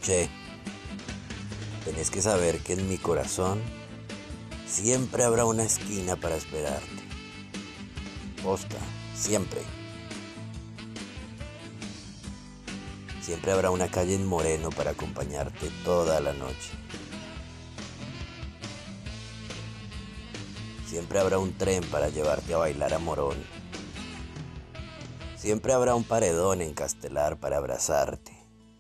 escuché. Tenés que saber que en mi corazón siempre habrá una esquina para esperarte. Posta, siempre. Siempre habrá una calle en Moreno para acompañarte toda la noche. Siempre habrá un tren para llevarte a bailar a Morón. Siempre habrá un paredón en Castelar para abrazarte.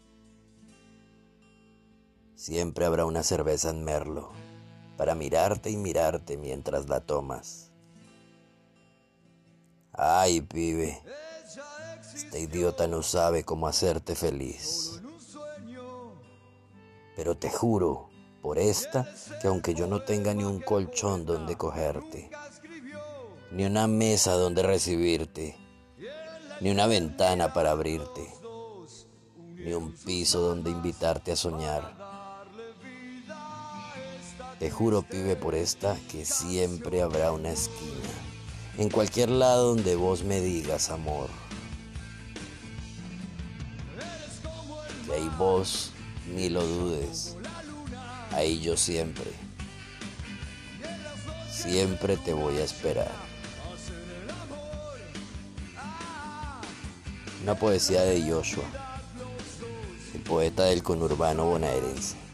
Siempre habrá una cerveza en Merlo para mirarte y mirarte mientras la tomas. Ay, pibe, este idiota no sabe cómo hacerte feliz. Pero te juro, por esta, que aunque yo no tenga ni un colchón donde cogerte, ni una mesa donde recibirte, ni una ventana para abrirte, ni un piso donde invitarte a soñar, te juro, pibe, por esta, que siempre habrá una esquina, en cualquier lado donde vos me digas amor. Que ahí vos ni lo dudes, ahí yo siempre, siempre te voy a esperar. Una poesía de Joshua, el poeta del conurbano bonaerense.